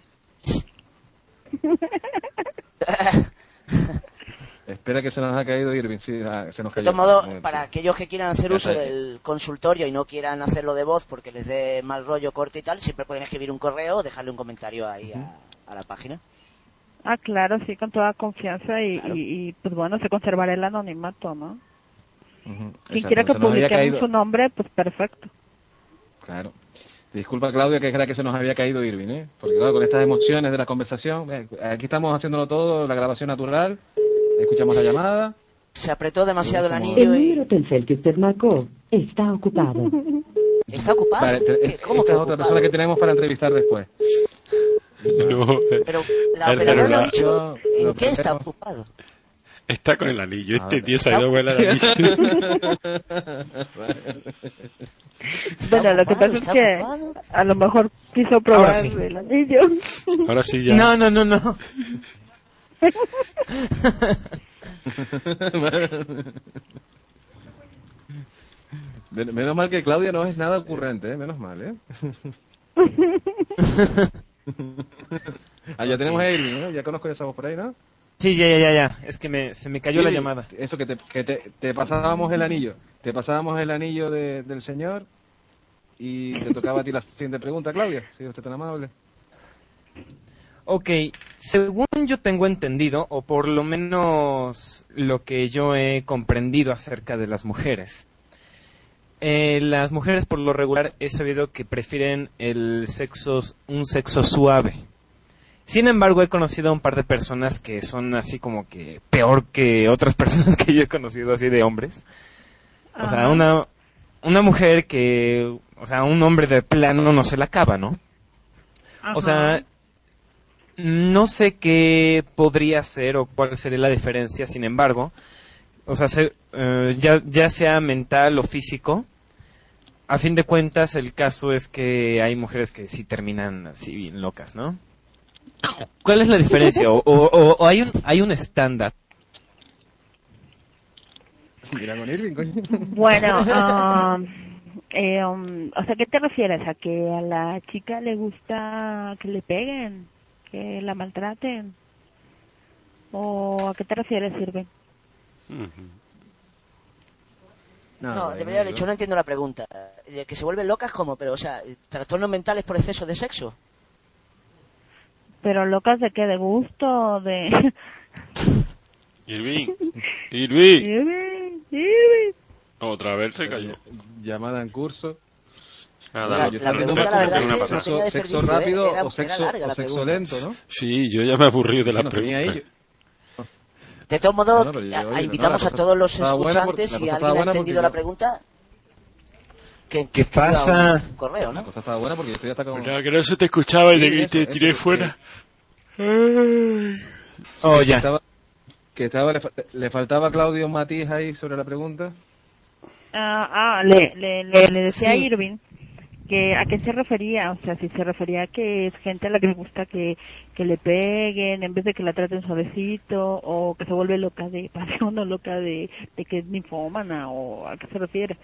Espera que se nos ha caído Irving, sí, se nos cayó. De todos modos, para aquellos que quieran hacer uso del consultorio y no quieran hacerlo de voz porque les dé mal rollo, corte y tal, siempre pueden escribir un correo o dejarle un comentario ahí a, a la página. Ah, claro, sí, con toda confianza y, claro. y, y pues bueno, se conservará el anonimato, ¿no? Uh-huh. Quien quiera que publiquemos su nombre, pues perfecto. Claro. Disculpa, Claudia, que era que se nos había caído Irving, ¿eh? Porque claro, con estas emociones de la conversación, aquí estamos haciéndolo todo, la grabación natural, escuchamos la llamada. Se apretó demasiado el anillo y... El número Telcel que usted marcó está ocupado. ¿Está ocupado? Vale, te, ¿Cómo esta que es otra persona que tenemos para entrevistar después. No. Pero la operadora ha dicho, ¿en no, qué está no. ocupado? Está con el anillo. Este ah, tío se ha ido a ver el anillo. Bueno, lo que pasa es que ocupado? A lo mejor quiso probar sí. el anillo. Ahora sí ya. No, no, no, no. Menos mal que Claudia no es nada ocurrente, ¿eh? Menos mal, ¿eh? Ah, ya tenemos a Irving, ¿no? Ya conozco esa voz por ahí, ¿no? Sí, ya, ya, ya, ya. Es que me, se me cayó sí, la llamada. Eso, que te, que te, te pasábamos el anillo. Te pasábamos el anillo de, del señor y te tocaba a ti la siguiente pregunta, Claudia. Si usted tan amable. Ok, según yo tengo entendido, o por lo menos lo que yo he comprendido acerca de las mujeres, eh, las mujeres por lo regular he sabido que prefieren el sexo, un sexo suave. Sin embargo, he conocido a un par de personas que son así como que peor que otras personas que yo he conocido así de hombres. O sea, una, una mujer que, o sea, un hombre de plano no se la acaba, ¿no? Ajá. O sea, no sé qué podría ser o cuál sería la diferencia, sin embargo, o sea, se, uh, ya, ya sea mental o físico, a fin de cuentas el caso es que hay mujeres que sí terminan así bien locas, ¿no? ¿Cuál es la diferencia? ¿O, o, o, o hay un hay un estándar? Bueno, um, eh, um, o sea, ¿qué te refieres? ¿A que a la chica le gusta que le peguen? ¿Que la maltraten? ¿O a qué te refieres, Irving? No, no debería haber dicho, no entiendo la pregunta. ¿Que se vuelven locas cómo? Pero, o sea, ¿trastornos mentales por exceso de sexo? ¿Pero locas de qué? ¿De gusto? ¿De...? Irving, Irving. Irving, Irving. Otra vez se cayó. Llamada en curso. Nada, la, la pregunta, la verdad es que no tenía desperdicio, ¿Sexo rápido era, o sexo, era larga la o sexo pregunta. lento, no? Sí, yo ya me aburrí de la bueno, pregunta. De todos modos, no, no, yo, a, oye, invitamos no, a todos los escuchantes, porque, si alguien ha entendido la pregunta, que, ¿qué pasa? Un correo, ¿no? La cosa estaba buena porque esto ya está como... Ya, que no se te escuchaba y te, sí, te tiré eso, fuera. Oh, ya. Estaba, que estaba, le, le faltaba a Claudio un matiz ahí sobre la pregunta. Ah, ah le, le, le, le decía sí. a Irving que a qué se refería, o sea, si se refería a que es gente a la que le gusta que, que le peguen en vez de que la traten suavecito, o que se vuelve loca de pasión o loca de, de que es ninfómana, o a qué se refiere.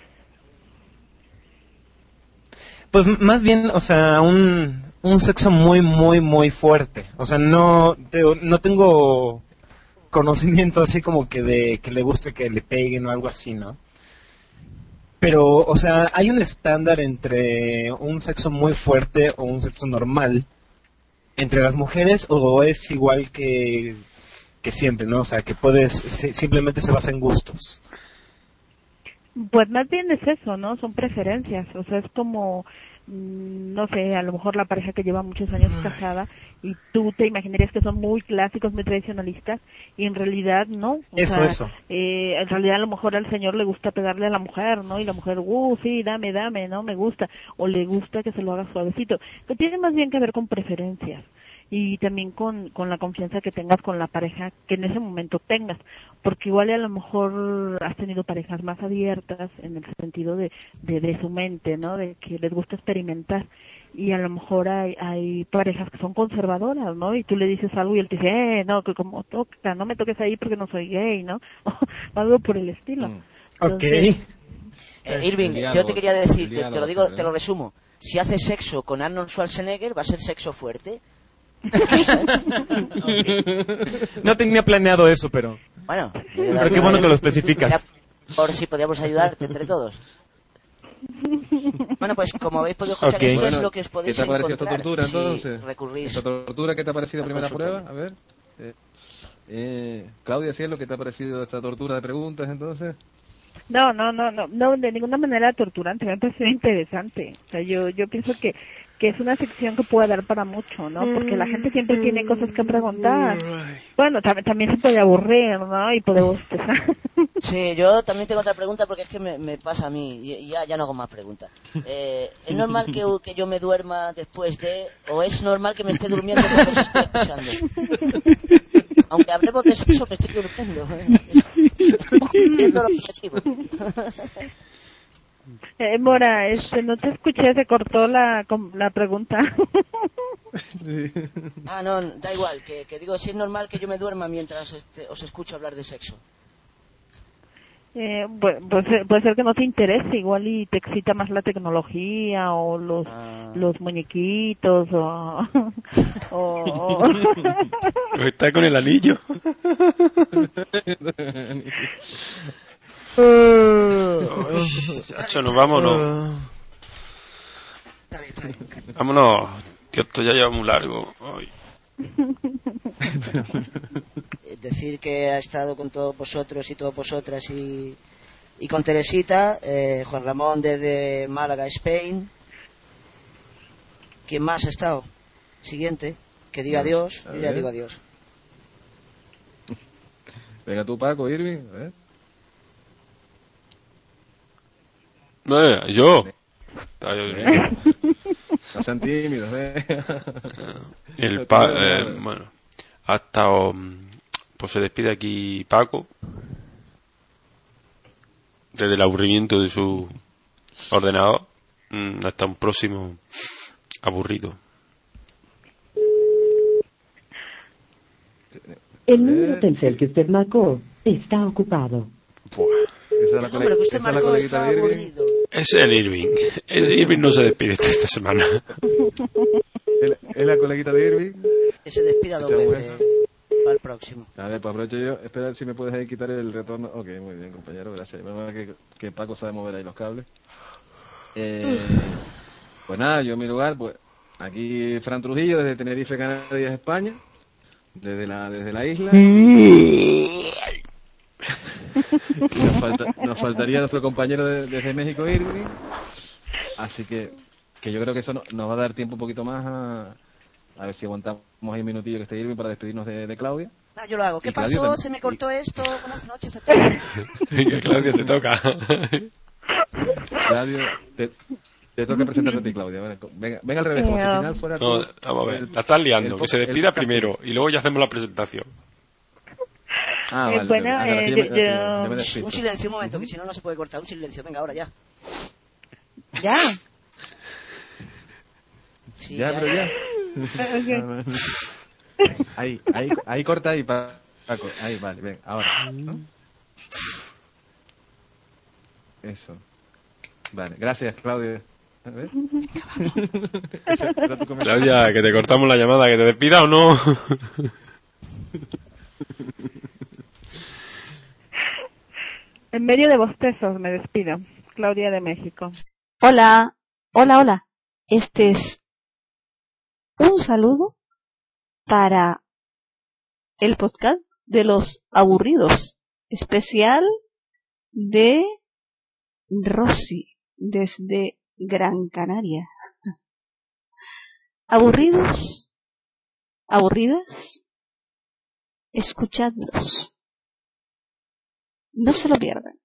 Pues más bien, o sea, un, un sexo muy, muy, muy fuerte. O sea, no, te- no tengo conocimiento así como que de que le guste que le peguen o algo así, ¿no? Pero, o sea, hay un estándar entre un sexo muy fuerte o un sexo normal entre las mujeres, o es igual que, que siempre, ¿no? O sea, que puedes, si- simplemente se basa en gustos. Pues más bien es eso, ¿no? Son preferencias, o sea, es como, mm, no sé, a lo mejor la pareja que lleva muchos años casada y tú te imaginarías que son muy clásicos, muy tradicionalistas, y en realidad no. O Eso, sea, eso. eh, en realidad a lo mejor al señor le gusta pegarle a la mujer, ¿no? Y la mujer, uh, sí, dame, dame, ¿no? Me gusta. O le gusta que se lo haga suavecito. Pero tiene más bien que ver con preferencias. Y también con, con la confianza que tengas con la pareja que en ese momento tengas, porque igual y a lo mejor has tenido parejas más abiertas en el sentido de, de, de su mente, ¿no? De que les gusta experimentar, y a lo mejor hay, hay parejas que son conservadoras, ¿no? Y tú le dices algo y él te dice, eh, no, que como toca, no me toques ahí porque no soy gay, ¿no? O algo por el estilo. Mm. Ok. Eh, Irving, El diálogo, yo te quería decir, el te, te lo diálogo, digo, siempre, te lo ¿no? resumo. Si haces sexo con Arnold Schwarzenegger, va a ser sexo fuerte. No tenía planeado eso, pero... Bueno, Pero qué bueno que lo especificas. por si podíamos ayudarte entre todos. Bueno, pues como habéis podido escuchar, Ok. esto es Bueno, lo que os ¿qué podéis te ha parecido esta encontrar tortura, si entonces? recurrís. ¿Esta tortura qué te ha parecido a primera consultorio. prueba? A ver. Eh, eh, Claudia, ¿sí es lo que te ha parecido esta tortura de preguntas, entonces? No, no, no, no, no, de ninguna manera torturante, me ha parecido interesante. O sea, yo, yo pienso que, que es una sección que puede dar para mucho, ¿no? Porque la gente siempre tiene cosas que preguntar. Bueno, también, también se puede aburrir, ¿no? Y puede bostezar. Sí, yo también tengo otra pregunta porque es que me, me pasa a mí y, y ya, ya no hago más preguntas. Eh, ¿Es normal que, que yo me duerma después de, o es normal que me esté durmiendo porque os estoy escuchando? Aunque hablemos de sexo, me estoy durmiendo. Estamos cumpliendo el objetivo. Eh, Mora, este, no te escuché, se cortó la, com- la pregunta. Ah, no, da igual, que, que digo, si es normal que yo me duerma mientras este, os escucho hablar de sexo. Eh, pues, puede ser- puede ser que no te interese, igual y te excita más la tecnología o los Ah. los muñequitos o... o, o- Pues está con el anillo. Chacho, nos vámonos. Está bien, está bien. Vámonos. Que esto ya lleva muy largo. Ay. Eh, Decir que ha estado con todos vosotros y todas vosotras y, y con Teresita, eh, Juan Ramón desde Málaga, Spain. ¿Quién más ha estado? Siguiente, que diga adiós. A Yo ya ver. digo adiós. Venga tú, Paco, Irving, a ver. Eh, yo. Está yo durmiendo. No sean tímidos, ¿eh? El pa eh, bueno, ha estado. mm, Pues se despide aquí Paco. Desde el aburrimiento de su ordenador. Mm, Hasta un próximo aburrido. El número Telcel que usted marcó está ocupado. Buah. Esa es la El número que usted esa es la marcó coleguita está de Irving. aburrido. Es el Irving. El Irving no se despide esta esta semana. Es la- es la coleguita de Irving. Que se despida dos Está veces. Para el próximo. A ver, pues aprovecho yo. Espera si me puedes ahí quitar el retorno. Ok, muy bien, compañero, gracias. Menos mal que, que Paco sabe mover ahí los cables. Eh, pues nada, yo en mi lugar, pues aquí Fran Trujillo, desde Tenerife, Canarias, España. Desde la, desde la isla. Y nos, falta- nos faltaría nuestro compañero de- desde México, Irving. Así que, que yo creo que eso no- nos va a dar tiempo un poquito más a, a ver si aguantamos ahí un minutillo que esté Irving para despedirnos de, de Claudia. Ah, yo lo hago. ¿Qué Y Claudio pasó? también. Se me cortó esto. Buenas noches a todos. Venga, Claudia, te toca. Claudio, te, te toca presentarte a ti, Claudia. Venga, venga, venga al revés, como si al final fuera... No, tú- vamos a ver, el- la estás liando. el- Que se el- despida el- primero y luego ya hacemos la presentación. Ah, Eh, vale, bueno, vale. Ah, eh, que yo- ya me- yo- ya me Shh, despido. un silencio, un momento, que si no, no se puede cortar. Un silencio. Venga, ahora ya. ya. Sí, ya, ya, pero ya. ya. Ahí, ahí, ahí corta y Paco. Ahí, vale, ven, ahora. ¿no? Eso. Vale, gracias, Claudia. A ver. Claudia, que te cortamos la llamada, que te despida o no. En medio de bostezos me despido. Claudia de México. Hola, hola, hola. Este es un saludo para el podcast de los aburridos, especial de Rosy, desde Gran Canaria. Aburridos, aburridas, escuchadlos. No se lo pierdan.